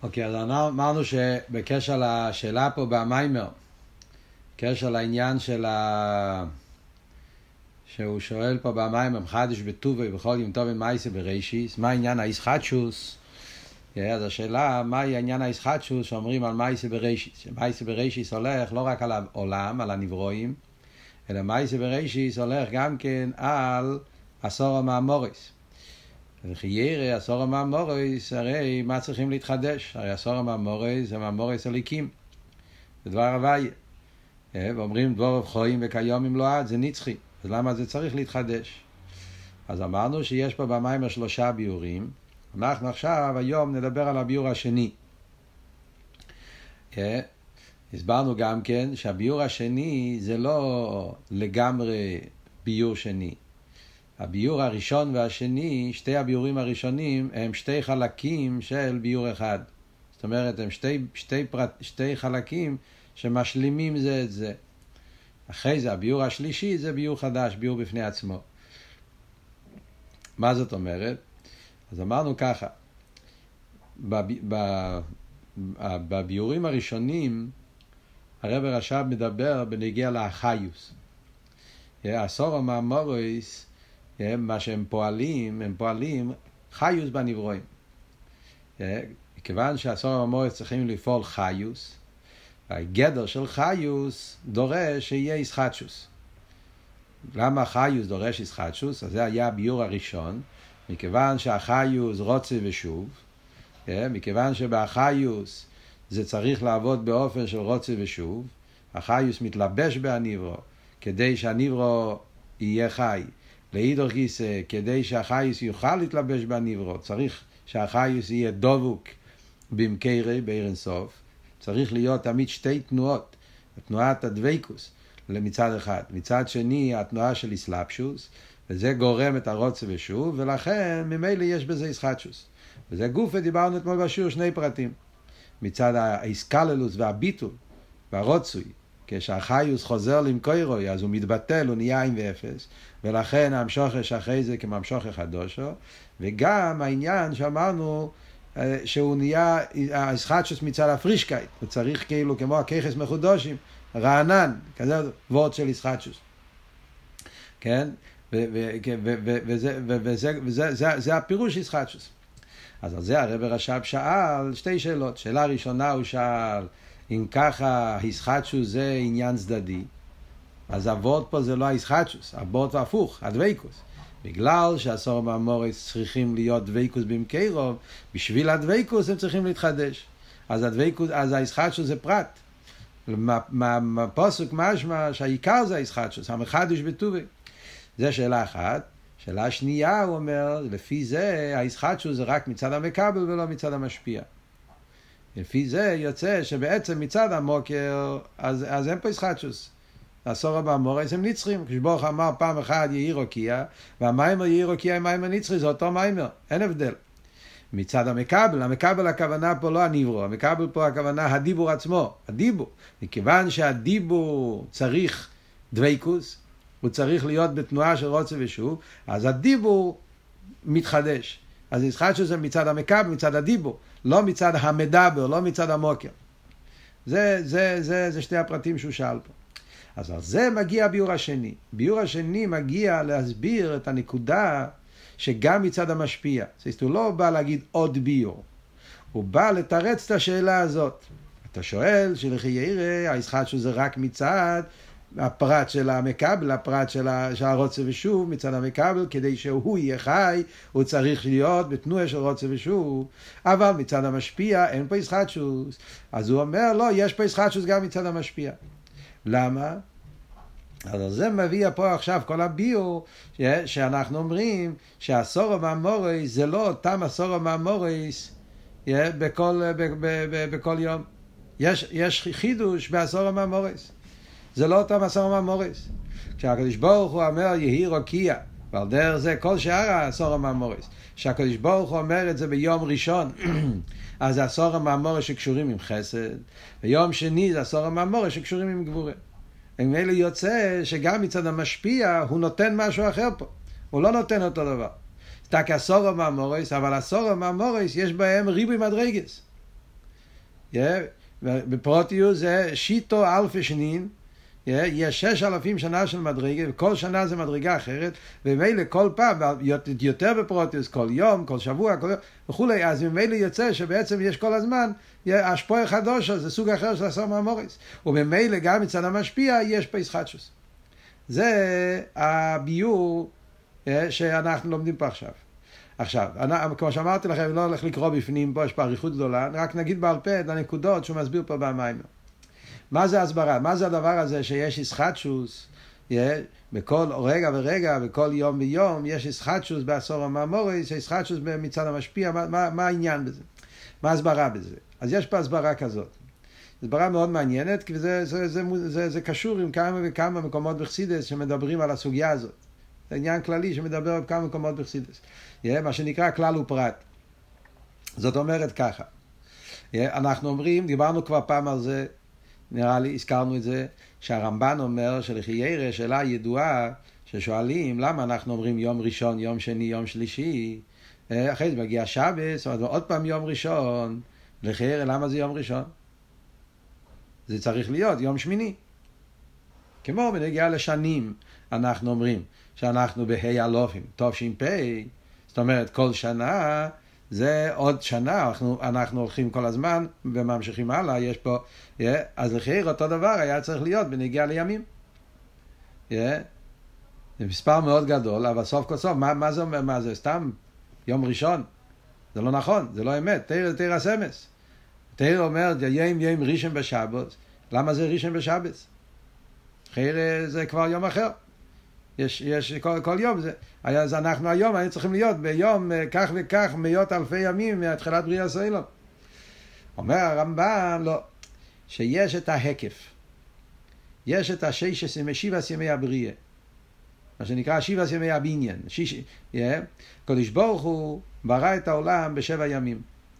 אוקיי, אז אמרנו שבקשר לשאלה פה במיימר, בקשר לעניין שהוא שואל פה במיימר, מחדש בטובי בכל יום טוב ומייסה בראשיס, מה עניין הישחטשוס? אז השאלה, מהי העניין הישחטשוס שאומרים על מייסה בראשיס? שמייסה בראשיס הולך לא רק על העולם, על הנברואים, אלא מייסה בראשיס הולך גם כן על עשור המאמורס. וכי ירא עשור המאמורס, הרי מה צריכים להתחדש? הרי עשור המאמורס זה מאמורס הליקים, זה דבר הוויה. ואומרים דבור חיים וקיומים לא עד, זה נצחי. אז למה זה צריך להתחדש? אז אמרנו שיש פה במיימר 3 ביורים. אנחנו עכשיו, היום, נדבר על הביור השני. הסברנו גם כן שהביור השני זה לא לגמרי ביור שני. הביור הראשון והשני, שתי הביורים הראשונים, הם 2 חלקים של ביור אחד. זאת אומרת, הם שתי חלקים שמשלימים זה את זה. אחרי זה, הביור השלישי זה ביור חדש, ביור בפני עצמו. מה זאת אומרת? אז אמרנו ככה, בביורים הראשונים, הרב רש"ב מדבר בנגיע לאחיוס. עשור המאמורס, מה שהם פועלים, הם פועלים חיוס בנברואים. כיוון שעשור המאמורס צריכים לפעול חיוס, הגדר של חיוס דורש שיהיה ישחטשוס. למה חיוס דורש ישחטשוס? אז זה היה הביור הראשון, מכיוון שהחיוס רוצה ושוב, מכיוון שבאחיוס זה צריך לעבוד באופן של רוצה ושוב, החיוס מתלבש בהנברו, כדי שהנברו יהיה חי. להידור גיסא, כדי שהחיוס יוכל להתלבש בהנברו, צריך שהחיוס יהיה דבוק במקרה, בעיר אינסוף. צריך להיות תמיד 2 תנועות, תנועת הדוויקוס מצד אחד, מצד שני התנועה של איסלאפשוס, וזה גורם את הרוצה ושוב, ולכן ממילא יש בזה ישחטשוס. וזה גוף, ודיברנו אתמול בשיעור 2 פרטים. מצד האיסקללוס והביטול והרוצוי, כשהחיוס חוזר למקורוי, אז הוא מתבטל, הוא נהיה 1 ו-0, ולכן המשוחש אחרי זה כממשוחש חדושו, וגם העניין שאמרנו, שהוא נהיה הישחטשוס מצד הפרישקייט, הוא צריך כאילו כמו הכיחס מחודשים, רענן, כזה וורד של ישחטשוס. כן? וזה הפירוש ישחטשוס. אז על זה הרב רש"ב שאל 2 שאלות. שאלה ראשונה הוא שאל, אם ככה הישחטשוס זה עניין צדדי, אז הוורד פה זה לא הישחטשוס, הוורד הפוך, הדוויקוס. בגלל שהעשור המאמורס צריכים להיות דוויקוס במקרוב, בשביל הדוויקוס הם צריכים להתחדש. אז הישחטשוס זה פרט. מהפסוק משמע שהעיקר זה הישחטשוס, המחדש בטובי. זה שאלה אחת. שאלה שנייה, הוא אומר, לפי זה הישחטשוס זה רק מצד המקבל ולא מצד המשפיע. לפי זה יוצא שבעצם מצד המוקר, אז אין פה ישחטשוס. העשור המאמורס הם נצחים. כשברוך אמר פעם אחת יהי רוקיע, והמיימר יהי רוקיע עם מיימר נצחי, זה אותו מיימר, אין הבדל. מצד המקבל הכוונה פה לא הנברו, המקבל פה הכוונה הדיבור עצמו, הדיבור. מכיוון שהדיבור צריך דוויקוס, הוא צריך להיות בתנועה של רוצה ושוב, אז הדיבור מתחדש. אז ישחטשוס זה מצד המקבל, מצד הדיבור, לא מצד המדבר, לא מצד המוקר. זה 2 הפרטים שהוא שאל פה. אז על זה מגיע הביור השני. ביור השני מגיע להסביר את הנקודה שגם מצד המשפיע. זאת אומרת, הוא לא בא להגיד עוד ביור. הוא בא לתרץ את השאלה הזאת. אתה שואל שלכי ירא, הישחטשוס זה רק מצד הפרט של המקבל, הפרט של הרוצה ושוב, מצד המקבל, כדי שהוא יהיה חי, הוא צריך להיות בתנועה של רוצה ושוב. אבל מצד המשפיע אין פה ישחטשוס. אז הוא אומר, לא, יש פה ישחטשוס גם מצד המשפיע. למה? אז זה מביא פה עכשיו כל הביור שאנחנו אומרים שהעשור המאמורס זה לא אותם עשור המאמורס בכל יום. יש חידוש בעשור המאמורס. זה לא אותם עשור המאמורס. כשהקדוש ברוך הוא אומר יהי רוקיע, ועל דרך זה כל שאר העשור המאמורס, כשהקדוש ברוך הוא אומר את זה ביום ראשון, אז זה עשור המאמורס שקשורים עם חסד, ויום שני זה עשור המאמורס שקשורים עם גבורה. ומילא יוצא שגם מצד המשפיע הוא נותן משהו אחר פה, הוא לא נותן אותו דבר. רק עשור המאמורס, אבל עשור המאמורס יש בהם ריבוי מדרגס. בפרוטיוס זה שיטו אלפי שנין, יש 6,000 שנה של מדרגה, וכל שנה זה מדרגה אחרת, ומילא כל פעם, יותר בפרוטיוס, כל יום, כל שבוע, כל יום, וכולי, אז ממילא יוצא שבעצם יש כל הזמן, השפוע חדוש, זה סוג אחר של הסור מהמורס, וממילא גם מצד המשפיע יש פסחטשוס. זה הביור שאנחנו לומדים פה עכשיו. עכשיו, כמו שאמרתי לכם, לא הולך לקרוא בפנים פה, יש פה אריכות גדולה, רק נגיד בעל פה את הנקודות שהוא מסביר פה במיימר. מה זה הסברה? מה זה הדבר הזה שיש ישחטשוס? בכל רגע ורגע, בכל יום ויום, יש ישחטשוס בעשור המאמורס, ישחטשוס מצד המשפיע, מה העניין בזה? מה הסברה בזה? אז יש פה הסברה כזאת. הסברה מאוד מעניינת, כי זה קשור עם כמה וכמה מקומות בחסידות שמדברים על הסוגיה הזאת. זה עניין כללי שמדבר על כמה מקומות בחסידות. מה שנקרא כלל ופרט. זאת אומרת ככה. אנחנו אומרים, דיברנו כבר פעם על זה, נראה לי, הזכרנו את זה, שהרמב"ן אומר שלחיירה שאלה ידועה, ששואלים למה אנחנו אומרים יום ראשון, יום שני, יום שלישי, אחרי זה מגיע שבת, זאת אומרת, עוד פעם יום ראשון, לחיירה למה זה יום ראשון? זה צריך להיות יום שמיני. כמו בנגיעה לשנים, אנחנו אומרים שאנחנו בהי אלופים, תש"פ, זאת אומרת כל שנה, זה עוד שנה, אנחנו הולכים כל הזמן וממשיכים הלאה, יש פה, אז לחיר אותו דבר היה צריך להיות בנגיעה לימים. זה מספר מאוד גדול, אבל סוף כל סוף, מה זה אומר? מה זה? סתם יום ראשון? זה לא נכון, זה לא אמת, תיר הסמס. תיר אומר, ים ראשון בשבת, למה זה ראשון בשבת? חיר זה כבר יום אחר. יש כל יום זה. אז אנחנו היום היינו צריכים להיות ביום כך וכך מאות אלפי ימים מהתחלת בריאה סוילום. אומר הרמב"ם לא, שיש את ההקף, יש את שבעת ימי הבריאה, מה שנקרא שבעת ימי הבניין. קדוש ברוך הוא ברא את העולם בשבע ימים.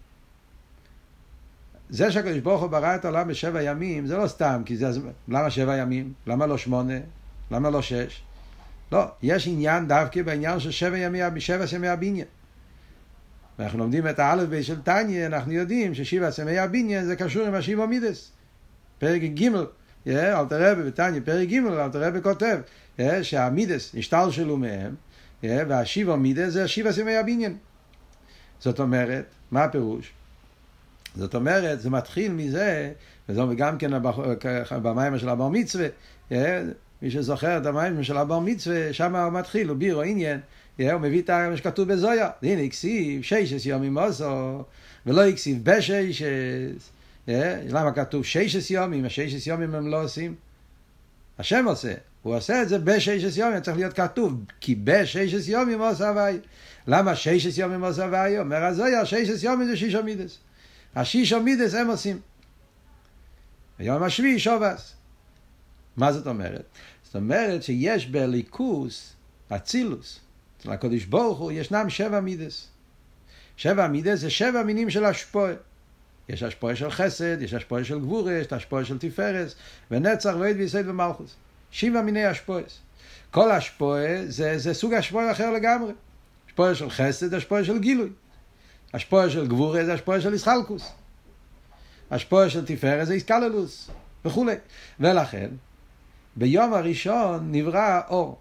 זה שהקדוש ברוך הוא ברא את העולם בשבע ימים זה לא סתם, כי זה, למה 7 ימים? למה לא 8? למה לא 6? לא, יש עניין דווקא בעניין של 7 ימי הבניין. ואנחנו לומדים את האלף בית של תניא, אנחנו יודעים ש7 ימי הבניין זה קשור עם השבע מידס. פרק ג' אלתר רבי בתניא, פרק ג' אלתר רבי כותב שהמידס השתלשלו מהם, והשבע מידס זה 7 ימי הבניין. זאת אומרת, מה הפירוש? זאת אומרת, זה מתחיל מזה, וזה גם כן במיימר של הבר מצווה, מי שזוכר את המיימר של הבר מצווה, שם הוא מתחיל, הוא בירו עניין, הוא מביא את מה שכתוב בזויה, הנה הקסיב 6 ימים עשו, ולא הקסיב ב6, למה כתוב 6 ימים? 6 ימים הם לא עושים? השם עושה, הוא עושה את זה ב6 ימים, צריך להיות כתוב, כי ב6 ימים עושה הווי. למה 6 ימים עושה הווי? אומר הזויה, 6 ימים זה 6 מידס. השישה מידס הם עושים. היום השביעי שובס. מה זאת אומרת? זאת אומרת שיש בליכוס, אצילוס, אצל הקדוש ברוך הוא, ישנם 7 מידס. 7 מידס זה 7 מינים של השפוע. יש השפוע של חסד, יש השפוע של גבורה, יש השפוע של תפארס, ונצח ועד ויסוד ומלכוס. 7 מיני השפועס. כל השפוע זה סוג השפוע אחר לגמרי. השפוע של חסד זה השפוע של גילוי. השפוע של גבורה זה השפוע של ישחלקוס. השפוע של תפארת זה איסקללוס וכו'. ולכן, ביום הראשון נברא אור.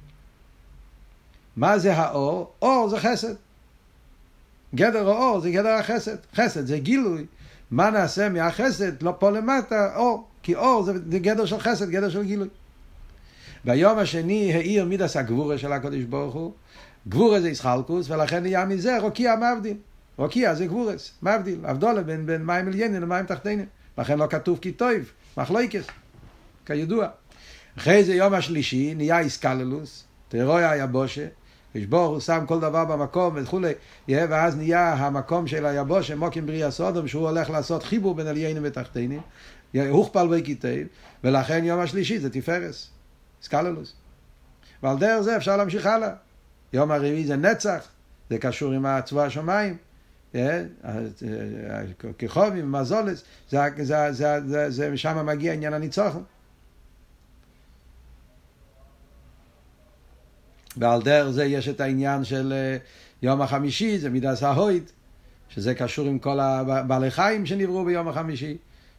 מה זה האור? אור זה חסד. גדר האור זה גדר החסד. חסד זה גילוי. מה נעשה מהחסד? לא פה למטה, אור. כי אור זה גדר של חסד, גדר של גילוי. ביום השני העיר מידס הגבורה של הקדוש ברוך הוא. גבורה זה ישחלקוס, ולכן נהיה מזה רוקיע מבדיל. רוקיע זה גבורס, מבדיל, הבדולה בין מים עליינים למים תחתינים. לכן לא כתוב כי טוב, מחלוקס, כידוע. אחרי זה יום השלישי נהיה איסקללוס, תירוי היבושה, ברוך הוא שם כל דבר במקום וכו', ואז נהיה המקום של היבושה, מוקים בריאה סודום, שהוא הולך לעשות חיבור בין עליינים ותחתינים, הוכפל וכיתב, ולכן יום השלישי זה תפארס, איסקללוס. ועל דרך זה אפשר להמשיך הלאה. יום הרביעי זה נצח, זה קשור עם צבא השמיים, כחובים, מזולס, זה משם מגיע עניין הניצוחון. ועל דרך זה יש את העניין של יום החמישי, זה מידס ההויד, שזה קשור עם כל הבעלי חיים שנבראו ביום החמישי,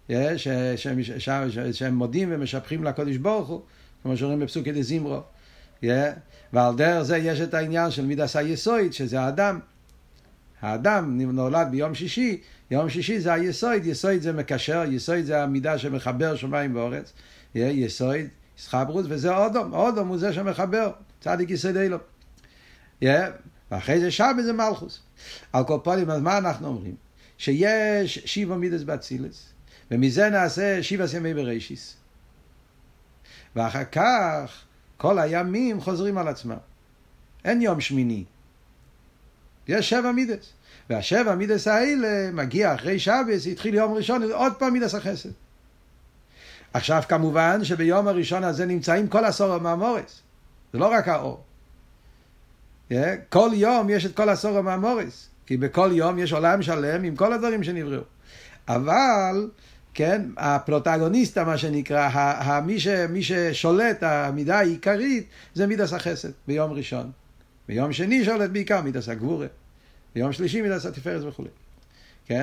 שהם מודים ומשבחים לקדוש ברוך הוא, כמו שאומרים בפסוקי דזמרו. ועל דרך זה יש את העניין של מידס היסוד, שזה האדם. האדם נולד ביום שישי, יום שישי זה היסוד, יסוד זה מקשר, יסוד זה המידה שמחבר שמיים ואורץ, יסוד, ישחברוס, וזה אודום, אודום הוא זה שמחבר, צדיק יסוד אילום. ואחרי זה שבת זה מלכוס. על כל פנים, אז מה אנחנו אומרים? שיש 7 מידס באצילס, ומזה נעשה 7 ימי בראשיס. ואחר כך כל הימים חוזרים על עצמם. אין יום שמיני. יש 7 מידס. וה7 מידס האלה מגיע אחרי שבת, התחיל יום ראשון, עוד פעם מידס החסד. עכשיו כמובן שביום הראשון הזה נמצאים כל 10 מהמורס. זה לא רק האור. כל יום יש את כל 10 מהמורס. כי בכל יום יש עולם שלם עם כל הדברים שנבראו. אבל, כן, הפרוטגוניסטה, מה שנקרא, מי ששולט, המידה העיקרית, זה מידס החסד ביום ראשון. ביום שני שולט בעיקר מידס הגבורה. ביום שלישי מידס התפארת וכו'. כן?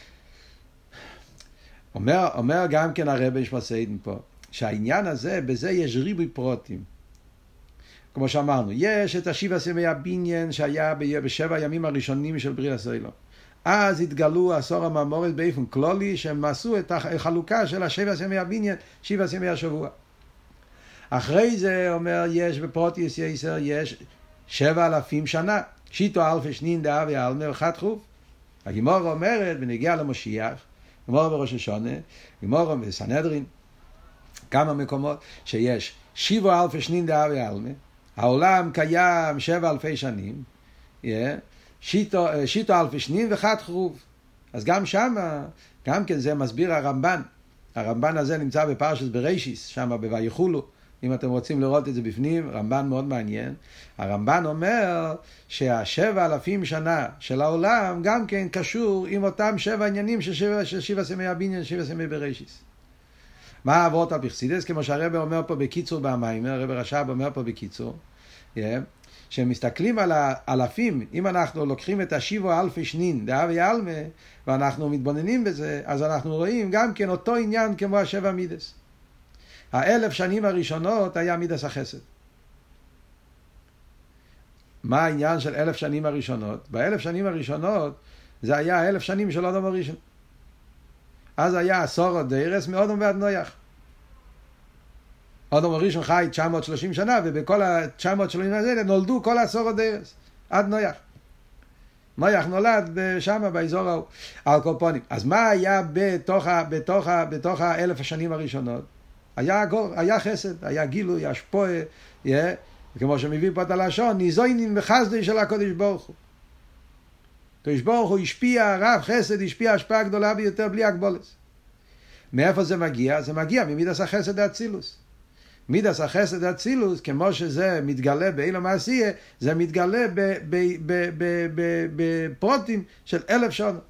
אומר גם כן הרבי שמסעידן פה, שהעניין הזה, בזה יש ריבוי פרוטים. כמו שאמרנו, יש את 7 ימי הבניין שהיה ב7 הימים הראשונים של בריאת הסוילום. אז התגלו 10 המאמורס באופן כללי, שהם עשו את החלוקה של 7 ימי הבניין, 7 ימי השבוע. אחרי זה אומר, יש בפרוטיוס יסר, יש 7,000 שנה. שיטו אלפי שנין דאבי אלמה וחד חוף. הגמור אומרת, ונגיע למשיח, גמור בראש השונה, גמור בסנהדרין, כמה מקומות, שיש 7,000 שנין דאבי אלמה, העולם קיים 7,000 שנים, שיטו אלפי שנין וחד חוף. אז גם שם, גם כן זה מסביר הרמב"ן. הרמב"ן הזה נמצא בפרשת בראשיס, שם בויחולו. אם אתם רוצים לראות את זה בפנים, רמב"ן מאוד מעניין. הרמב"ן אומר שה7,000 שנה של העולם גם כן קשור עם אותם 7 עניינים של 7 ימי הבניין, 7 ימי בראשיס. מה העברות על פרסידס? כמו שהרב אומר פה בקיצור במיימר, הרב רש"ב אומר פה בקיצור, שמסתכלים על האלפים, אם אנחנו לוקחים את 7,000 שנין דאבי אלמה, ואנחנו מתבוננים בזה, אז אנחנו רואים גם כן אותו עניין כמו 7 מידס. 1,000 שנים הראשונות היה מידס החסד. מה העניין של 1,000 שנים הראשונות? ב1,000 שנים הראשונות זה היה 1,000 שנים של אדם הראשון. אז היה 10 דיירס מאדם ועד נויח. אדם הראשון חי 930 שנה, ובכל ה-930 האלה נולדו כל 10 דיירס, עד נויח. נויח נולד שם באזור ההוא. על כל פנים. אז מה היה בתוך 1,000 השנים הראשונות? היה חסד, היה גילוי, השפועה, כמו שמביא פה את הלשון, ניזוינין וחסדי של הקדוש ברוך הוא. הקדוש ברוך הוא השפיע, רב חסד השפיע השפעה גדולה ביותר בלי הגבולת. מאיפה זה מגיע? זה מגיע ממידס החסד האצילוס. מידס החסד האצילוס, כמו שזה מתגלה באילו מעשייה, זה מתגלה בפרוטים של 1,000 שנה.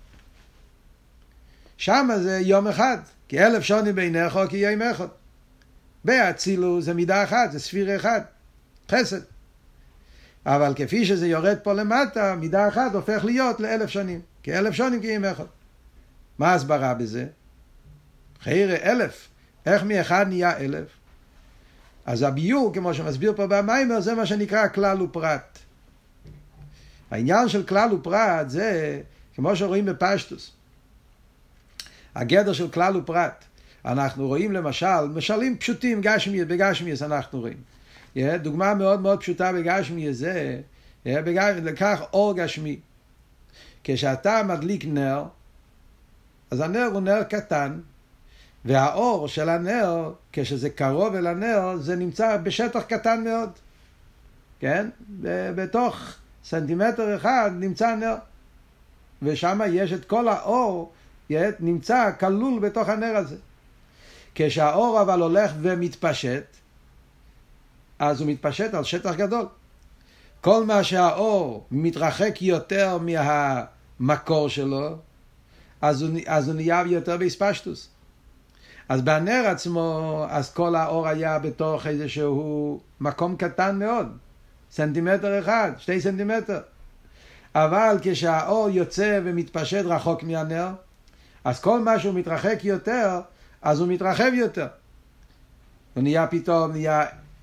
שם זה יום אחד, כי 1,000 שנים בעיניך כי יום אחד. באצילוס זה מידה אחת, זה ספירה אחד, חסד. אבל כפי שזה יורד פה למטה, מידה אחת הופך להיות ל1,000 שנים. כי 1,000 שנים כי יום אחד. מה הסברה בזה? חיירה 1,000. איך מאחד נהיה 1,000? אז הביור, כמו שמסביר פה במיימר, זה מה שנקרא כלל ופרט. העניין של כלל ופרט זה, כמו שרואים בפשטוס, הגדר של כלל ופרט. אנחנו רואים למשל, משלים פשוטים, בגשמי אנחנו רואים. דוגמה מאוד מאוד פשוטה בגשמי זה, לקח אור גשמי. כשאתה מדליק נר, אז הנר הוא נר קטן, והאור של הנר, כשזה קרוב אל הנר, זה נמצא בשטח קטן מאוד. כן? בתוך סנטימטר אחד נמצא נר. ושם יש את כל האור, נמצא כלול בתוך הנר הזה. כשהאור אבל הולך ומתפשט, אז הוא מתפשט על שטח גדול. כל מה שהאור מתרחק יותר מהמקור שלו, אז הוא נהיה יותר בהספשטוס. אז בנר עצמו, אז כל האור היה בתוך איזשהו מקום קטן מאוד. סנטימטר אחד, 2 סנטימטר. אבל כשהאור יוצא ומתפשט רחוק מהנר, אז כל מה שהוא מתרחק יותר, אז הוא מתרחב יותר. הוא נהיה פתאום, נהיה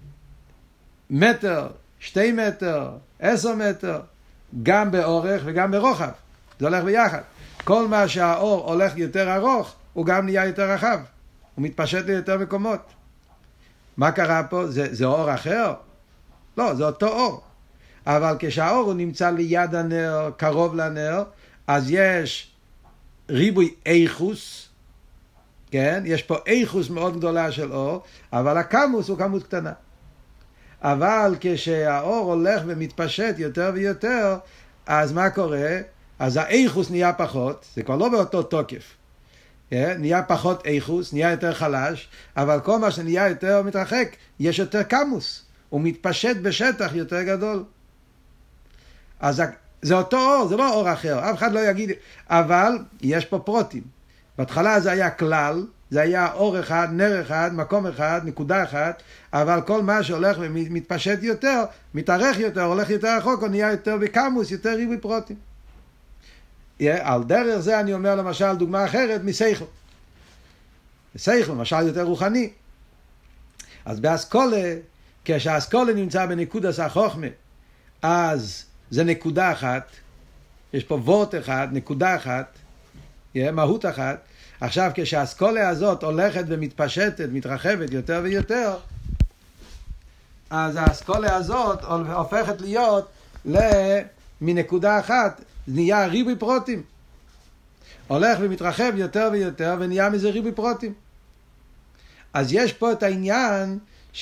מטר, 2 מטר, 10 מטר, גם באורך וגם ברוחב. זה הולך ביחד. כל מה שהאור הולך יותר ארוך, הוא גם נהיה יותר רחב. הוא מתפשט ליותר מקומות. מה קרה פה? זה אור אחר? לא, זה אותו אור. אבל כשהאור הוא נמצא ליד הנר, קרוב לנר, אז יש ריבוי איכוס, כן? יש פה איכוס מאוד גדולה של אור, אבל הכמוס הוא כמות קטנה. אבל כשהאור הולך ומתפשט יותר ויותר, אז מה קורה? אז האיכוס נהיה פחות, זה כבר לא באותו תוקף. נהיה פחות איכוס, נהיה יותר חלש, אבל כל מה שנהיה יותר מתרחק, יש יותר כמוס. הוא מתפשט בשטח יותר גדול. אז זה אותו אור, זה לא אור אחר, אף אחד לא יגיד, אבל יש פה פרוטים. בהתחלה זה היה כלל, זה היה אור אחד, נר אחד, מקום אחד, נקודה אחת, אבל כל מה שהולך ומתפשט יותר, מתארך יותר, הולך יותר רחוק, הוא נהיה יותר בקמוס, יותר ריבוי פרוטים. על דרך זה אני אומר למשל דוגמה אחרת מסייכל. סייכל, למשל יותר רוחני. אז באסכולה, כשהאסכולה נמצא בנקודת החוכמה, אז זה נקודה אחת, יש פה וורט אחד, נקודה אחת, מהות אחת. עכשיו כשהאסכולה הזאת הולכת ומתפשטת, מתרחבת יותר ויותר, אז האסכולה הזאת הופכת להיות מנקודה אחת, נהיה ריבוי פרוטים. הולך ומתרחב יותר ויותר ונהיה מזה ריבוי פרוטים. אז יש פה את העניין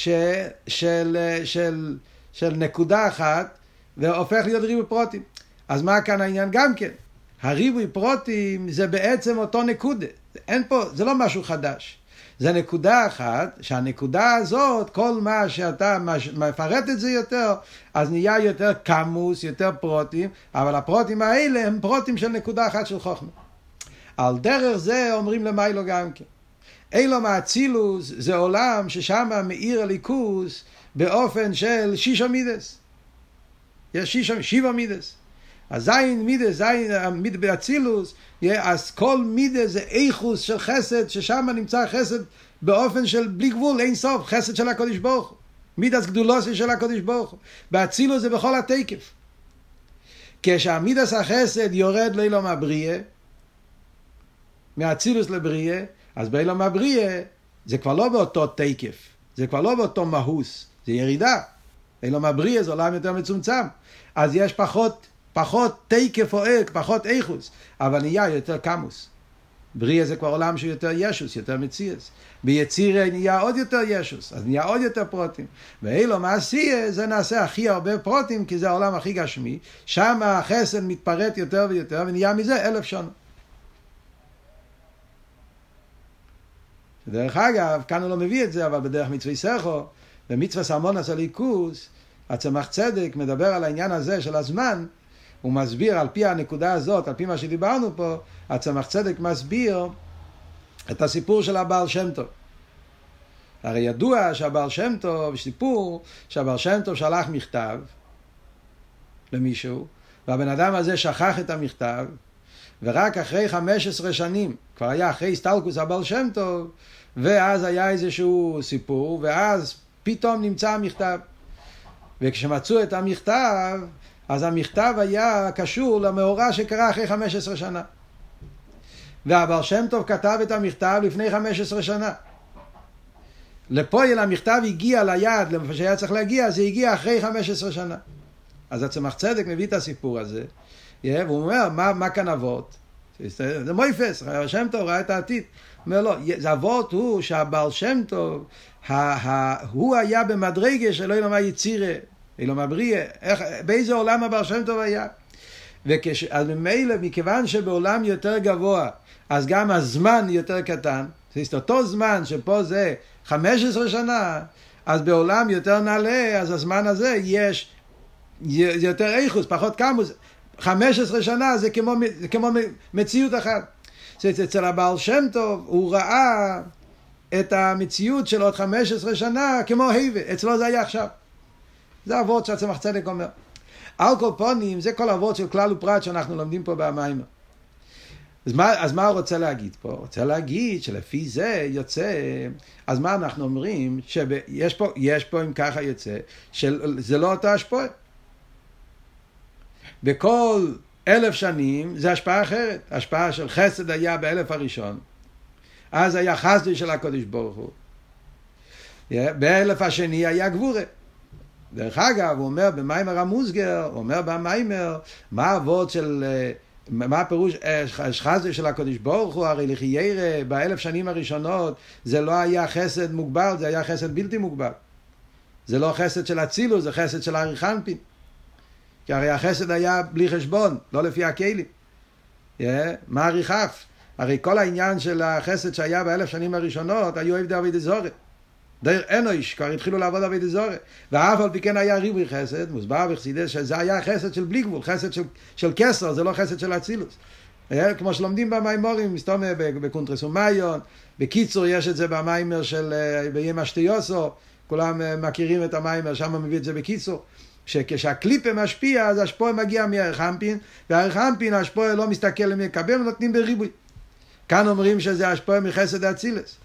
של נקודה אחת והופך להיות ריבוי פרוטים. אז מה כאן העניין גם כן? הריבוי פרוטים זה בעצם אותו נקודה. אין פה, זה לא משהו חדש. זה נקודה אחת, שהנקודה הזאת, כל מה שאתה מפרט את זה יותר, אז נהיה יותר כמוס, יותר פרוטים, אבל הפרוטים האלה הם פרוטים של נקודה אחת של חוכמה. על דרך זה אומרים למיילו גם כן. אילום האצילוס זה עולם ששם מאיר הליכוס באופן של 6 מידס. יש 7 מידס. אז זין מידס, זין מיד באצילוס, אז כל מידס זה איכוס של חסד, ששם נמצא חסד באופן של בלי גבול, אין סוף, חסד של הקודש ברוך הוא. מידס גדולוס של הקודש ברוך הוא. באצילוס זה בכל התקף. כשהמידס החסד יורד לאילום הבריאה, מאצילוס לבריאה, אז באילום הבריאה זה כבר לא באותו תקף, זה כבר לא באותו מהוס, זה ירידה. אילום הבריאה זה עולם יותר מצומצם, אז יש פחות תקף או ערך, פחות איכוס, אבל נהיה יותר כמוס. בריאה זה כבר עולם שהוא יותר ישוס, יותר מציאס. ביצירה נהיה עוד יותר ישוס, אז נהיה עוד יותר פרוטים. ואילו מעשייה זה נעשה הכי הרבה פרוטים, כי זה העולם הכי גשמי, שם החסד מתפרט יותר ויותר, ונהיה מזה 1000 שנה. דרך אגב, כאן הוא לא מביא את זה, אבל בדרך מצווה סכו, במצווה סמונס הליכוס, הצמח צדק מדבר על העניין הזה של הזמן, הוא מסביר על פי הנקודה הזאת, על פי מה שדיברנו פה, הצמח צדק מסביר את הסיפור של הבעל שם טוב. הרי ידוע שהבעל שם טוב, סיפור שהבעל שם טוב שלח מכתב למישהו, והבן אדם הזה שכח את המכתב, ורק אחרי 15 שנים, כבר היה אחרי הסתלקוס הבעל שם טוב, ואז היה איזשהו סיפור, ואז פתאום נמצא המכתב. וכשמצאו את המכתב, אז המכתב היה קשור למאורע שקרה אחרי 15 שנה. והבעל שם טוב כתב את המכתב לפני 15 שנה. לפועל המכתב הגיע ליד, למפה שהיה צריך להגיע, זה הגיע אחרי 15 שנה. אז הצמח צדק מביא את הסיפור הזה, והוא אומר, מה כאן אבות? זה מויפס, הבעל שם טוב ראה את העתיד. הוא אומר לו, זה אבות הוא שהבעל שם טוב, הוא היה במדרגה שלא ילמה יצירה, ילמה בריאה, באיזה עולם הבעל שם טוב היה? אז ממילא, מכיוון שבעולם יותר גבוה, אז גם הזמן יותר קטן, זאת אותו זמן שפה זה 15 שנה, אז בעולם יותר נעלה, אז הזמן הזה יש יותר איכוס, פחות כמוס. 15 שנה זה כמו מציאות אחת. אצל הבעל שם טוב הוא ראה את המציאות של עוד 15 שנה כמו היבה, אצלו זה היה עכשיו. זה אבות שהצמח צדק אומר. על כל פונים, זה כל אבות של כלל ופרט שאנחנו לומדים פה במיימר. אז מה הוא רוצה להגיד פה? הוא רוצה להגיד שלפי זה יוצא, אז מה אנחנו אומרים? שיש פה אם ככה יוצא, שזה לא אותה השפעה. בכל 1000 שנים זה השפעה אחרת. השפעה של חסד היה ב1000 הראשון. אז היה חסד של הקדוש ברוך הוא. ב1000 השני היה גבורה. דרך אגב, הוא אומר במיימר המוסגר, הוא אומר במיימר, מה אבות של... מה הפירוש חסד של הקדוש ברוך הוא? הרי לחיירה ב1000 שנים הראשונות זה לא היה חסד מוגבל, זה היה חסד בלתי מוגבל. זה לא חסד של אצילוס, זה חסד של אריך אנפין. כי הרי החסד היה בלי חשבון, לא לפי הכלים. מה אריך אף? הרי כל העניין של החסד שהיה ב1000 שנים הראשונות היו עבדי עבודת זרה. דרך אנוש כבר התחילו לעבוד עבודת זרה. ואף על פי כן היה ריבוי חסד, מוסבר בחסידות שזה היה חסד של בלי גבול, חסד של כסר, זה לא חסד של אצילוס. כמו שלומדים במיימורים, מסתום בקונטרס ומאיון, בקיצור יש את זה במיימר של בים השתיוסו, כולם מכירים את המיימר, שם מביא את זה בקיצור. שכשהקליפה משפיע, אז השפוע מגיע מערך אנפין, והערך אנפין, השפוע לא מסתכל למי יקבל, ונותנים בריבוי. כאן אומרים שזה השפוע מחסד האצילס.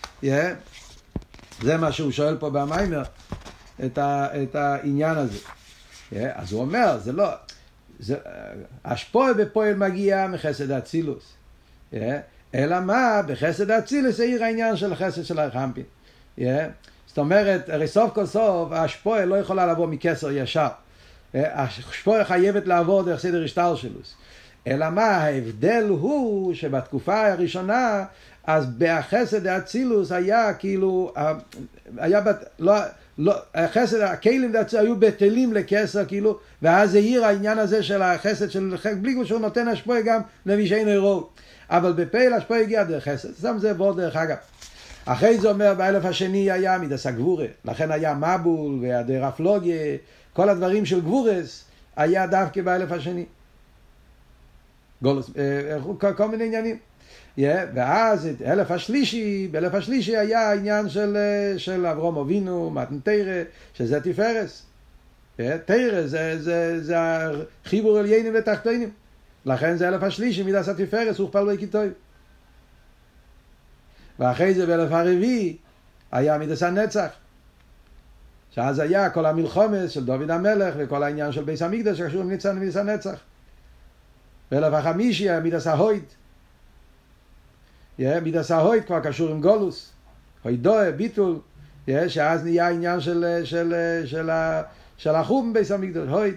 זה מה שהוא שואל פה במיימר, את העניין הזה. אז הוא אומר, זה לא, השפוע בפועל מגיע מחסד האצילוס. אלא מה? בחסד האצילוס זה העניין של החסד של הערך אנפין. זאת אומרת, הרי סוף כל סוף, השפוע לא יכולה לבוא מכסר ישר. השפוע חייבת לעבור דרך סדר השתלשלות. אלא מה? ההבדל הוא שבתקופה הראשונה, אז בחסד האצילוס היה כאילו, החסד, הכלים היו בטלים לכסר, כאילו, ואז העיר העניין הזה של החסד של בלי גבול שהוא נותן השפוע גם למי שאין אירו. אבל בפעיל השפוע הגיע דרך חסד. שם זה בו דרך אגב. אחרי זה אומר, ב1000 השני היה מידס הגבורה, לכן היה מבול והדר הפלוגיה, כל הדברים של גבורס היה דווקא ב1000 השני. כל מיני עניינים. ואז ב1000 השלישי היה העניין של אברהם אבינו, מתן תורה, שזה תפארס. תורה זה החיבור עליינים ותחתונים. לכן זה 1000 השלישי, מידס התפארס, הוכפל לו כיתוב. ואחרי זה ב1000 הרביעי היה מידס הנצח, שאז היה כל המלחומס של דוד המלך וכל העניין של בית המקדש שקשור עם מידס הנצח. ב1000 החמישי היה מידס ההויד. מידס ההויד כבר קשור עם גולוס, הוידוה, ביטול, שאז נהיה העניין של החום בית המקדש, הויד.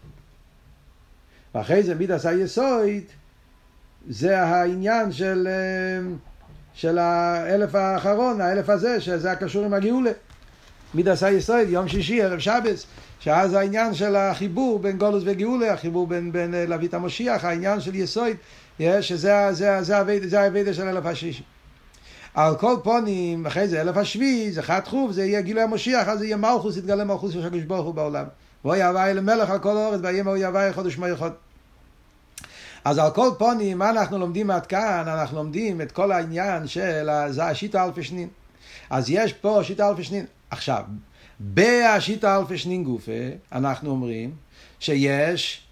ואחרי זה מידס היסויד, זה העניין של 1000 האחרון, 1000 הזה, שזה הקשור עם הגאולה. מידס היסוד, יום שישי, ערב שבס, שאז העניין של החיבור בין גולוס וגאולה, החיבור בין להביא את המשיח, העניין של יסוד, שזה העבודה של 1000 השישי. על כל פונים, אחרי זה 1000 השביעי, זה חד חוב, זה יהיה גילוי המשיח, אז זה יהיה מלכוס, יתגלה מלכוס של הקדוש ברוך הוא בעולם. והוא יהווה למלך על כל הארץ, ויהיה הוא יהווה חודש מייחוד. אז על כל פונים, מה אנחנו לומדים עד כאן? אנחנו לומדים את כל העניין של השיטה אלפי שנין. אז יש פה שיטה אלפי שנין. עכשיו, בשיטה אלפי שנין גופה, אנחנו אומרים שיש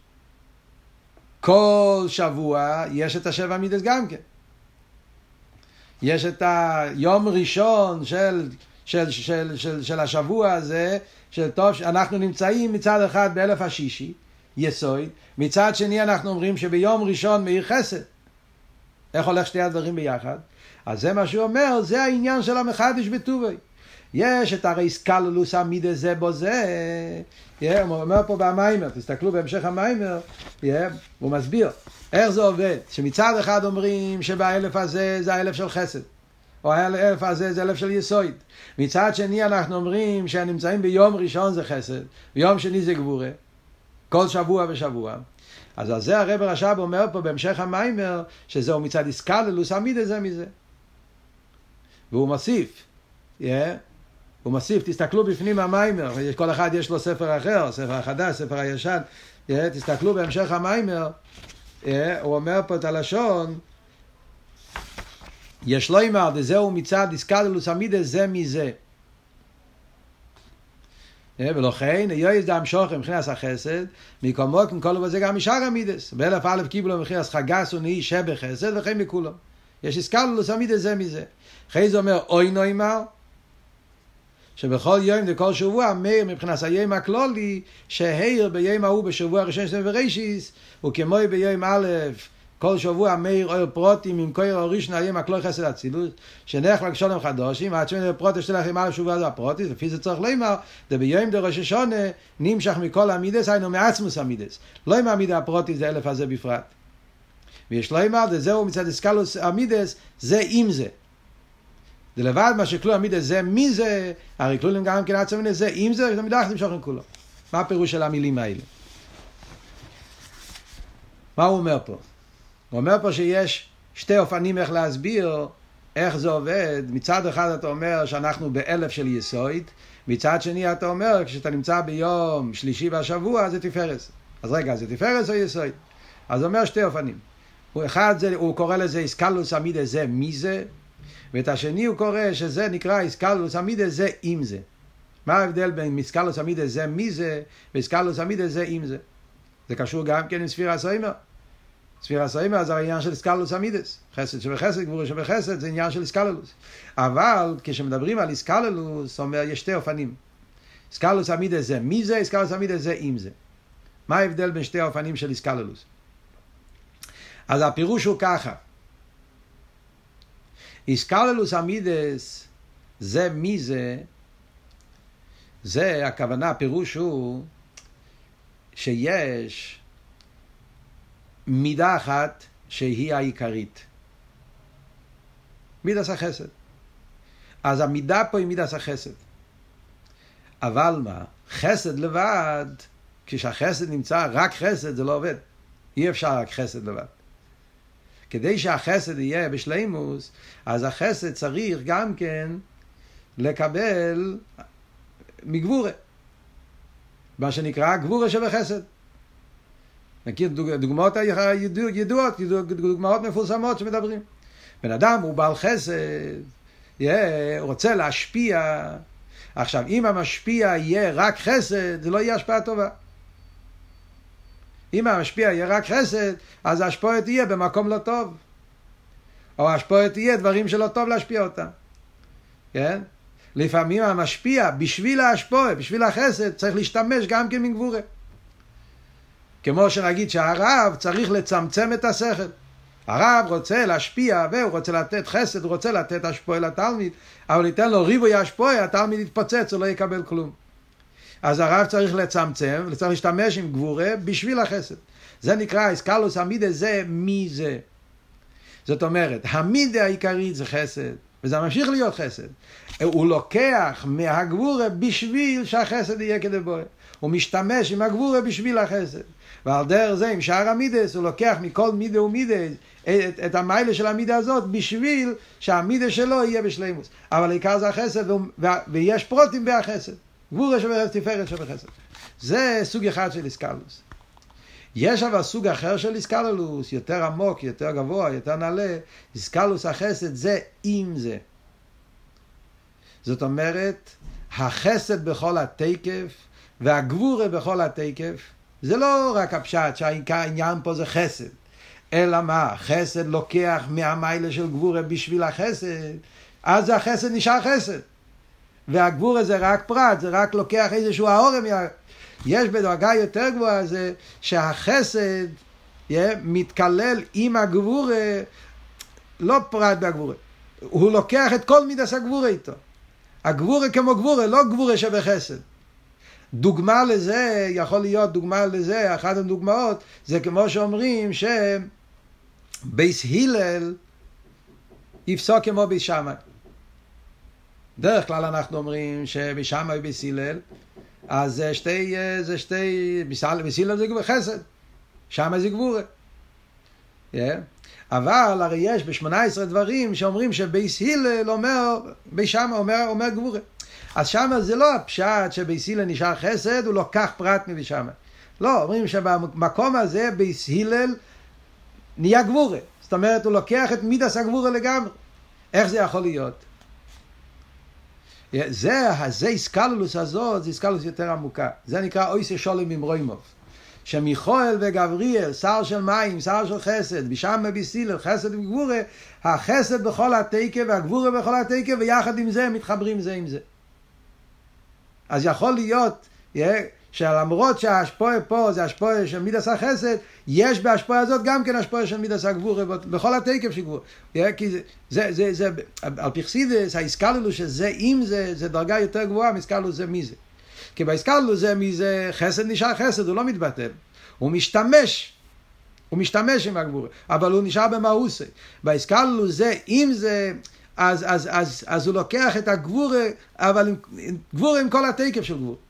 כל שבוע, יש את השבע מידס גם כן. יש את היום ראשון של השבוע הזה, של טוב, אנחנו נמצאים מצד אחד ב1000 השישי, יסוד, מצד שני אנחנו אומרים שביום ראשון מאיר חסד. איך הולך שתי הדברים ביחד? אז זה מה שהוא אומר, זה העניין של המחדש בטובי. יש את הרי סקלולוס המידה זה בו זה, הוא אומר פה במיימר, תסתכלו בהמשך המיימר, הוא מסביר איך זה עובד, שמצד אחד אומרים שב1000 הזה זה 1000 של חסד, או 1000 הזה זה 1000 של יסוד. מצד שני אנחנו אומרים שנמצאים ביום ראשון זה חסד, ביום שני זה גבורה, כל שבוע ושבוע. אז על זה הרב רש"ב אומר פה בהמשך המיימר, שזהו מצד איסקללוס המידה זה מזה. והוא מוסיף, הוא מוסיף, תסתכלו בפנים המיימר, כל אחד יש לו ספר אחר, ספר החדש, ספר הישן, תסתכלו בהמשך המיימר, הוא אומר פה את הלשון, יש לו אמר, זהו מצד איסקללוס המידה זה מזה. ולכן יויס דם שוכם מבחינת החסד מקומות כל וזה גם משאר המידס באלף א' קיבלו מבחינת חגס ונהי שבחסד וכן מכולם יש איסקלולוס המידס זה מזה אחרי זה אומר אוי נוימר שבכל יום וכל שבוע מאיר מבחינת היום הכלולי שהעיר ביום ההוא בשבוע הראשון שלנו בראשיס וכמו ביום א' כל שבוע מאיר אור פרוטים עם כל הראשון היום הכלול חסד אצילות שנך לקשולם חדושים עד שמונה פרוטים שלך עם א' שבוע זה הפרוטיס לפי זה צריך לומר ביום דראש השונה נמשך מכל המידס היינו מעצמוס המידס לא עם המידה הפרוטיס זה אלף הזה בפרט ויש לומר זהו מצד איסקלוס המידס זה עם זה זה לבד מה שכלול המידס זה מי זה הרי כלולים גם כן עצמין זה עם זה זה מידה אחת משוכן כולו מה הפירוש של המילים האלה מה הוא אומר פה הוא אומר פה שיש שתי אופנים איך להסביר איך זה עובד. מצד אחד אתה אומר שאנחנו באלף של יסוד, מצד שני אתה אומר כשאתה נמצא ביום שלישי בשבוע זה תפארס. אז רגע, זה תפארס או יסוד? אז הוא אומר שתי אופנים. אחד זה, הוא קורא לזה איסקלוס המידה זה מי זה, ואת השני הוא קורא שזה נקרא איסקלוס המידה זה עם זה. מה ההבדל בין איסקלוס המידה זה מי זה ואיסקלוס המידה זה עם זה? זה קשור גם כן עם ספירה סוימר. ספירה סוימר זה העניין של איסקלוס המידס. חסד שבחסד, גבורה שבחסד, זה עניין של איסקללוס. אבל כשמדברים על איסקללוס, אומר יש שתי אופנים. איסקלוס המידס זה מי זה, איסקלוס המידס זה עם זה. מה ההבדל בין שתי האופנים של איסקללוס? אז הפירוש הוא ככה. איסקללוס המידס זה מי זה, זה הכוונה, הפירוש הוא שיש מידה אחת שהיא העיקרית. מידס החסד. אז המידה פה היא מידס החסד. אבל מה? חסד לבד, כשהחסד נמצא רק חסד זה לא עובד. אי אפשר רק חסד לבד. כדי שהחסד יהיה בשלימוס, אז החסד צריך גם כן לקבל מגבורה. מה שנקרא גבורה שבחסד. מכיר דוגמאות ידועות, דוגמאות מפורסמות שמדברים. בן אדם הוא בעל חסד, רוצה להשפיע. עכשיו, אם המשפיע יהיה רק חסד, זה לא יהיה השפעה טובה. אם המשפיע יהיה רק חסד, אז ההשפעה תהיה במקום לא טוב. או ההשפעה תהיה דברים שלא טוב להשפיע אותם. כן? לפעמים המשפיע, בשביל ההשפעה, בשביל החסד, צריך להשתמש גם כן מגבורה. כמו שנגיד שהרב צריך לצמצם את השכל. הרב רוצה להשפיע והוא רוצה לתת חסד, הוא רוצה לתת השפעה לתלמיד, אבל ייתן לו ריבוי השפעה, התלמיד יתפוצץ, הוא לא יקבל כלום. אז הרב צריך לצמצם, צריך להשתמש עם גבורה בשביל החסד. זה נקרא איסקלוס המידה זה מי זה. זאת אומרת, המידה העיקרית זה חסד, וזה ממשיך להיות חסד. הוא לוקח מהגבורה בשביל שהחסד יהיה כדבעי. הוא משתמש עם הגבורה בשביל החסד. ועל דרך זה עם שאר המידס הוא לוקח מכל מידה ומידה את המיילה של המידה הזאת בשביל שהמידה שלו יהיה בשלימוס. אבל העיקר זה החסד ויש פרוטים בהחסד. גבורה שבחסד, תפארת שבחסד. זה סוג אחד של איסקללוס. יש אבל סוג אחר של איסקללוס, יותר עמוק, יותר גבוה, יותר נעלה. איסקללוס החסד זה עם זה. זאת אומרת, החסד בכל התקף והגבורה בכל התקף. זה לא רק הפשט שהעניין פה זה חסד, אלא מה? חסד לוקח מהמיילה של גבורה בשביל החסד, אז החסד נשאר חסד. והגבורה זה רק פרט, זה רק לוקח איזשהו האורם. יש בדרגה יותר גבוהה זה שהחסד מתקלל עם הגבורה, לא פרט בהגבורה. הוא לוקח את כל מידס הגבורה איתו. הגבורה כמו גבורה, לא גבורה שבחסד. דוגמה לזה, יכול להיות דוגמה לזה, אחת הדוגמאות, זה כמו שאומרים שבייס הלל יפסוק כמו בייס שמאי. דרך כלל אנחנו אומרים שבייס שמאי ובייס הלל, אז זה שתי, בייס הלל זה גבורה חסד, שמאי זה גבורה. אבל הרי יש ב-18 דברים שאומרים שבייס הלל אומר, בייס שמאי אומר גבורה. אז שמה זה לא הפשט שבייס הלל נשאר חסד, הוא לוקח פרט מבייס שמאי. לא, אומרים שבמקום הזה בייס הלל נהיה גבורה. זאת אומרת, הוא לוקח את מידס הגבורה לגמרי. איך זה יכול להיות? זה איסקלולוס הזאת, זה איסקלולוס יותר עמוקה. זה נקרא אויסה שולם עם רוימוב. שמיכואל וגבריאל, שר של מים, שר של חסד, בישם וביסילל, חסד וגבורה, החסד בכל התקף והגבורה בכל התקף, ויחד עם זה מתחברים זה עם זה. אז יכול להיות שלמרות שההשפועה פה זה השפועה של מידס החסד, יש בהשפועה הזאת גם כן השפועה של מידס הגבורה בכל התקף של גבורה. כי זה על פרסידס, האיסקלולוס שזה עם זה, זה דרגה יותר גבוהה, מאיסקלולוס זה מי זה. כי באיסקלולוס זה מי זה, חסד נשאר חסד, הוא לא מתבטל. הוא משתמש עם הגבורה, אבל הוא נשאר במאוסי. באיסקלולוס זה, אם זה, אז הוא לוקח את הגבורה, אבל גבורה עם כל התקף של גבורה.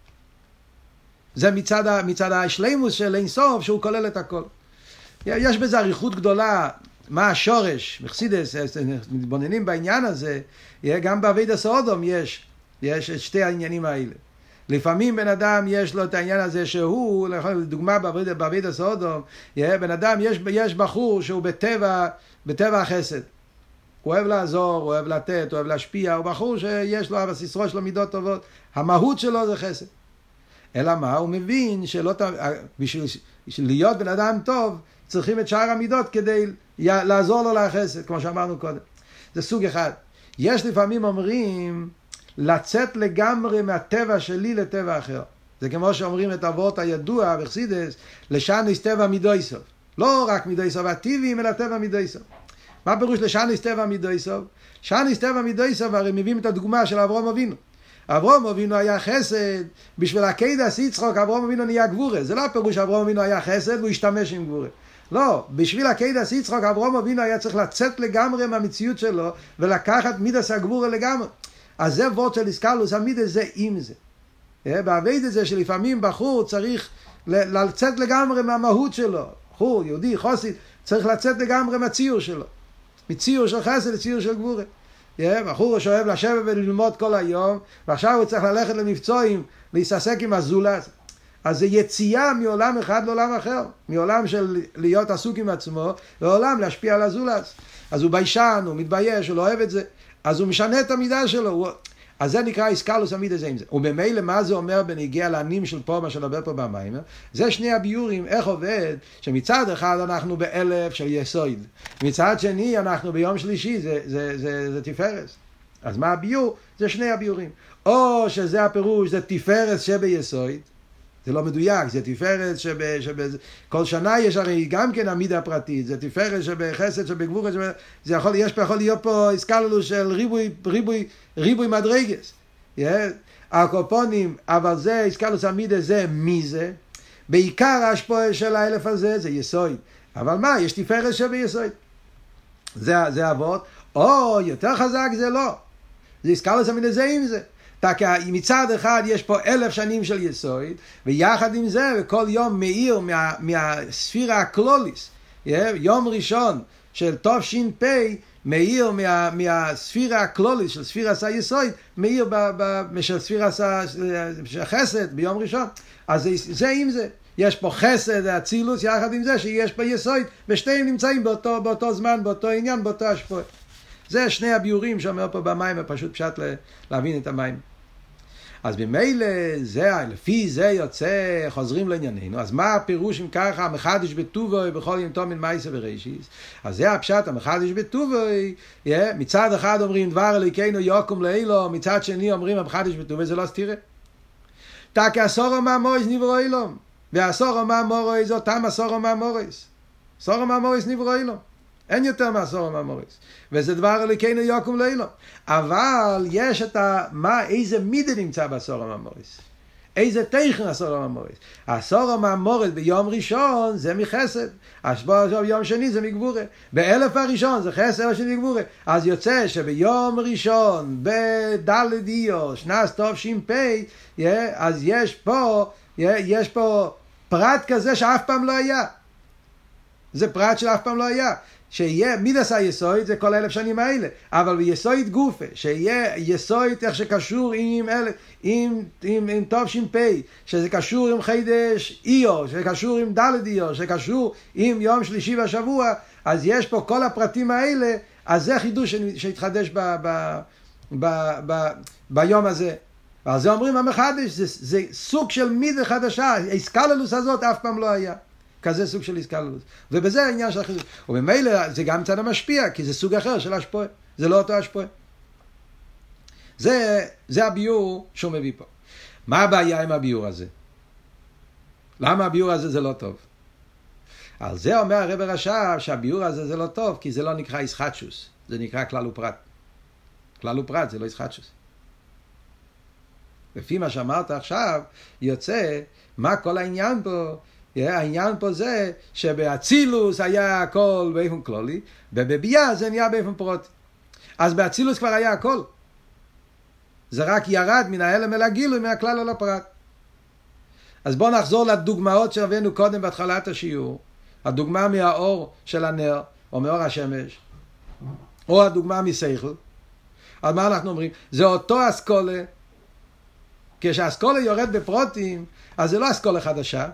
זה מצד השלימוס של אין סוף, שהוא כולל את הכל. יש בזה אריכות גדולה, מה השורש, בחסידס, מתבוננים בעניין הזה, גם בעבודת סודום יש את שתי העניינים האלה. לפעמים בן אדם יש לו את העניין הזה שהוא, לדוגמה בעבודת סודום, בן אדם, יש בחור שהוא בטבע החסד. הוא אוהב לעזור, הוא אוהב לתת, הוא אוהב להשפיע, הוא בחור שיש לו, הבסיסרו שלו מידות טובות, המהות שלו זה חסד. אלא מה? הוא מבין בשביל להיות בן אדם טוב, צריכים את שאר המידות כדי לעזור לו לחסד, כמו שאמרנו קודם. זה סוג אחד. יש לפעמים אומרים, לצאת לגמרי מהטבע שלי לטבע אחר. זה כמו שאומרים את אבות הידוע בחסידס, לשנוס טבע מידויסוב. לא רק מידויסוב הטבעיים, אלא טבע מידויסוב. מה פירוש לשנוס טבע מידויסוב? שנוס טבע מידויסוב, הרי מביאים את הדוגמה של אברהם אבינו. אברהם אבינו היה חסד, בשביל הקיידס יצחוק אברהם אבינו נהיה גבורה. זה לא הפירוש אברהם אבינו היה חסד והוא השתמש עם גבורה. לא, בשביל הקיידס יצחוק אברהם אבינו היה צריך לצאת לגמרי מהמציאות שלו ולקחת מידס הגבורה לגמרי. אז זה וורד של איסקלולוס, המידס זה עם זה. בעבודת זה שלפעמים בחור צריך לצאת לגמרי מהמהות שלו. בחור, יהודי, חסיד, צריך לצאת לגמרי מהציור שלו. מציור של חסד לציור של גבורה. בחור שאוהב לשבת וללמוד כל היום, ועכשיו הוא צריך ללכת למבצועים, להתעסק עם הזולת. אז זה יציאה מעולם אחד לעולם אחר. מעולם של להיות עסוק עם עצמו, לעולם להשפיע על הזולת. אז הוא ביישן, הוא מתבייש, הוא לא אוהב את זה. אז הוא משנה את המידה שלו. אז זה נקרא איסקלולוס המידה זה עם זה. ובמילא מה זה אומר בנגיע לענים של פה, מה שנדבר פה במים? זה שני הביורים, איך עובד, שמצד אחד אנחנו באלף של יסוד, מצד שני אנחנו ביום שלישי, זה תפארס. אז מה הביור? זה שני הביורים. או שזה הפירוש, זה תפארס שביסוד, זה לא מדויק, זה תפארס כל שנה יש הרי גם כן המידה הפרטית, זה תפארס שבחסד, שבגבורה, זה יכול להיות פה איסקלולוס של ריבוי מדרגס. הקופונים, אבל זה איסקלולוס המידה זה מי זה? בעיקר ההשפעה של האלף הזה זה יסוד. אבל מה? יש תפארס שביסוד. זה אבות. או יותר חזק זה לא. זה איסקלולוס המידה זה עם זה. מצד אחד יש פה 1000 שנים של יסוד, ויחד עם זה, וכל יום מאיר מהספירה הקלוליס, יום ראשון של תש"פ, מאיר מהספירה הקלוליס של ספירה היסוד, מאיר של ספירה החסד ביום ראשון. אז זה עם זה. יש פה חסד, הצילוס, יחד עם זה שיש פה יסוד, ושתיהם נמצאים באותו זמן, באותו עניין, באותו השפוע. זה שני הביורים שאומר פה במים, ופשוט פשט להבין את המים. אז במילא, לפי זה יוצא, חוזרים לענייננו. אז מה הפירוש אם ככה, המחדש בטובו, בכל יום תומן מייסה וראשיס? אז זה הפשט, המחדש בטובו, מצד אחד אומרים דבר אלוהינו יוקום לאילו, מצד שני אומרים המחדש בטובו, זה לא סתירה. תקי עשור מהמורס נברו אילום, ועשור מהמורס, אותם עשור מהמורס. עשור מהמורס נברו אילום. אין יותר מעשור מהמורס. וזה דבר אלוהינו יוקום לאילו. אבל יש איזה מידה נמצא בעשור מהמורס. איזה תכן עשור מהמורס. עשור מהמורס ביום ראשון זה מחסד. ביום שני זה מגבורה. באלף הראשון זה חסד, אלף שני מגבורה. אז יוצא שביום ראשון, בדלת אייר, שנת תש"פ, אז יש פה פרט כזה שאף פעם לא היה. זה פרט שאף פעם לא היה. שיהיה מידס היסוד זה כל 1000 שנים האלה, אבל ביסוד גופה, שיהיה יסוד איך שקשור עם תש"פ, שזה קשור עם חידש איור, שזה קשור עם דלת איור, שקשור עם יום שלישי בשבוע, אז יש פה כל הפרטים האלה, אז זה חידוש שהתחדש ביום הזה. ועל זה אומרים המחדש, זה סוג של מידה חדשה, האיסקללוס הזאת אף פעם לא היה. כזה סוג של איסקללוס. ובזה העניין של החידוש. ובמילא זה גם צד המשפיע, כי זה סוג אחר של השפועה. זה לא אותו השפועה. זה הביור שהוא מביא פה. מה הבעיה עם הביור הזה? למה הביור הזה זה לא טוב? על זה אומר הרב רש"ב שהביור הזה זה לא טוב, כי זה לא נקרא ישחטשוס, זה נקרא כלל ופרט. כלל ופרט זה לא ישחטשוס. לפי מה שאמרת עכשיו, יוצא מה כל העניין פה. העניין פה זה שבאצילוס היה הכל באופן כללי, ובביאה זה נהיה באופן פרוטי. אז באצילוס כבר היה הכל. זה רק ירד מן ההלם אל הגילוי, מהכלל אל הפרט. אז בואו נחזור לדוגמאות שהבאנו קודם בהתחלת השיעור. הדוגמה מהאור של הנר, או מאור השמש, או הדוגמה מסייכל. אז מה אנחנו אומרים? זה אותו אסכולה. כשהאסכולה יורד בפרוטים, אז זה לא אסכולה חדשה.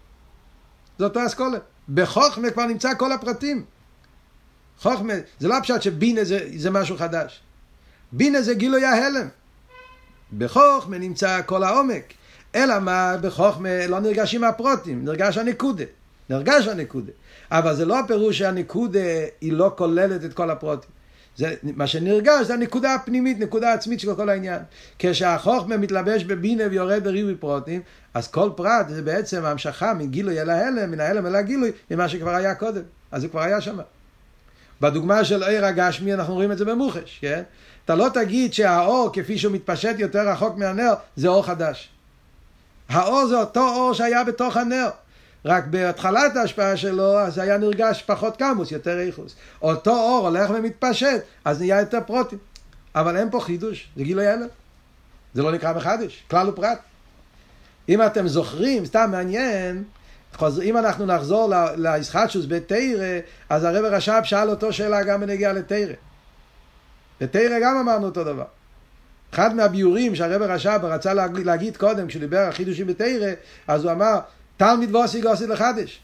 זה אותו אסכולה. בחוכמה כבר נמצא כל הפרטים. חוכמה, זה לא הפשט שבינה זה משהו חדש. בינה זה גילוי ההלם. בחוכמה נמצא כל העומק. אלא מה, בחוכמה לא נרגשים הפרוטים, נרגש הנקודה. נרגש הנקודה. אבל זה לא הפירוש שהנקודה היא לא כוללת את כל הפרוטים. זה, מה שנרגש זה הנקודה הפנימית, נקודה עצמית של כל העניין. כשהחוכמה מתלבש בבינה ויורד בריבוי פרוטים, אז כל פרט זה בעצם המשכה מגילוי אל ההלם, מן ההלם אל הגילוי, ממה שכבר היה קודם. אז זה כבר היה שם. בדוגמה של עיר הגשמי אנחנו רואים את זה במוחש, כן? אתה לא תגיד שהאור כפי שהוא מתפשט יותר רחוק מהנר, זה אור חדש. האור זה אותו אור שהיה בתוך הנר. רק בהתחלת ההשפעה שלו, אז היה נרגש פחות כמוס, יותר איכוס. אותו אור הולך ומתפשט, אז נהיה יותר פרוטים. אבל אין פה חידוש, זה גילוי הלם. זה לא נקרא מחדש, כלל ופרט. אם אתם זוכרים, סתם מעניין, אם אנחנו נחזור לישחטשוס בתורה, אז הרב רש"ב שאל אותו שאלה גם בנגיעה לתורה. בתורה גם אמרנו אותו דבר. אחד מהביורים שהרב רש"ב רצה להגיד קודם, כשהוא דיבר על חידושים בתורה, אז הוא אמר, תלמיד ועוסק עושה לחדש.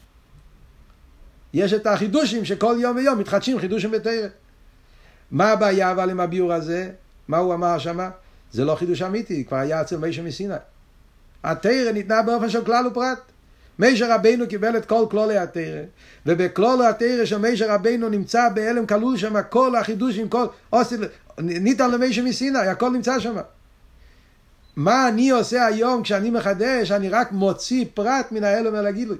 יש את החידושים שכל יום ויום מתחדשים חידושים בתורה. מה הבעיה אבל עם הביור הזה? מה הוא אמר שמה? זה לא חידוש אמיתי, כבר היה אצל משה מסיני. התורה ניתנה באופן של כלל ופרט. משה רבינו קיבל את כל כללי התורה, ובכללי התורה של משה רבינו נמצא בהלם כלול שם כל החידושים, כל ניתן למשה מסיני, הכל נמצא שם. מה אני עושה היום כשאני מחדש? אני רק מוציא פרט מן ההלם אל הגילוי.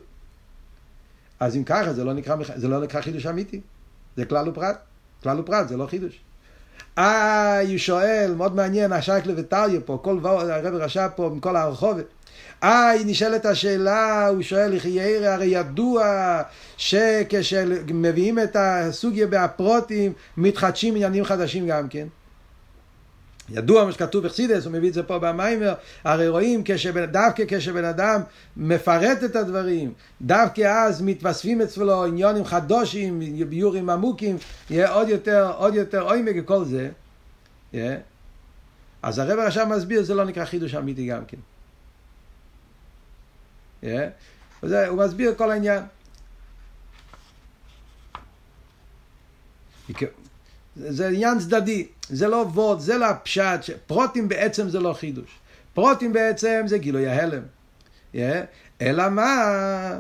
אז אם ככה זה לא נקרא חידוש אמיתי, זה כלל ופרט. כלל ופרט זה לא חידוש. הוא שואל, מאוד מעניין, השייך לויטליה פה, כל הרב רש"ב פה מכל הרחובת. נשאלת השאלה, הוא שואל, הרי ידוע שכשמביאים את הסוגיה בהפרוטים, מתחדשים עניינים חדשים גם כן. ידוע מה שכתוב בחסידות, הוא מביא את זה פה במיימר, הרי רואים דווקא כשבן אדם מפרט את הדברים, דווקא אז מתווספים אצלו עניונים חדושים, ביורים עמוקים, יהיה עוד יותר עומק וכל זה. אז הרב רש"ב מסביר, זה לא נקרא חידוש אמיתי גם כן. הוא מסביר כל העניין. זה עניין צדדי, זה לא ווד, זה לא הפשט, פרוטים בעצם זה לא חידוש. פרוטים בעצם זה גילוי ההלם. אלא מה?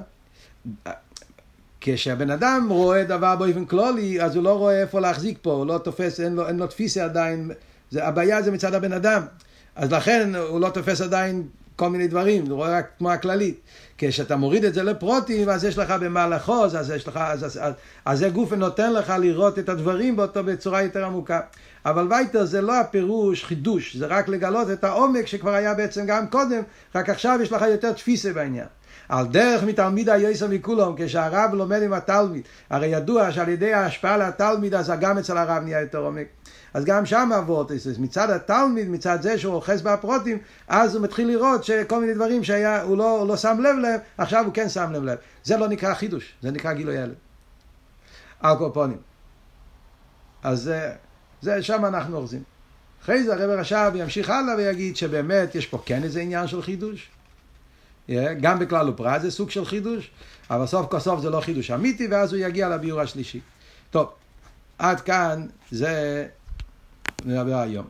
כשהבן אדם רואה דבר באופן כללי, אז הוא לא רואה איפה להחזיק פה, הוא לא תופס, אין לו תפיסה עדיין, הבעיה זה מצד הבן אדם. אז לכן הוא לא תופס עדיין כל מיני דברים, הוא רואה רק תנועה כללית. כשאתה מוריד את זה לפרוטים, אז יש לך במהלכו, אז זה גוף נותן לך לראות את הדברים באותו בצורה יותר עמוקה. אבל וייטר זה לא הפירוש חידוש, זה רק לגלות את העומק שכבר היה בעצם גם קודם, רק עכשיו יש לך יותר תפיסה בעניין. על דרך מתלמיד היועסה מכולם, כשהרב לומד עם התלמיד, הרי ידוע שעל ידי ההשפעה לתלמיד, אז גם אצל הרב נהיה יותר עומק. אז גם שם עבוד, מצד התלמיד, מצד זה שהוא אוחז בפרוטים, אז הוא מתחיל לראות שכל מיני דברים שהוא לא שם לב להם, עכשיו הוא כן שם לב. זה לא נקרא חידוש, זה נקרא גילוי הלם. על כל פנים. אז זה שם אנחנו אוחזים. אחרי זה הרב רש"ב ימשיך הלאה ויגיד שבאמת יש פה כן איזה עניין של חידוש. גם בכלל ופרט זה סוג של חידוש, אבל סוף כל סוף זה לא חידוש אמיתי, ואז הוא יגיע לביור השלישי. טוב, עד כאן זה נדבר היום.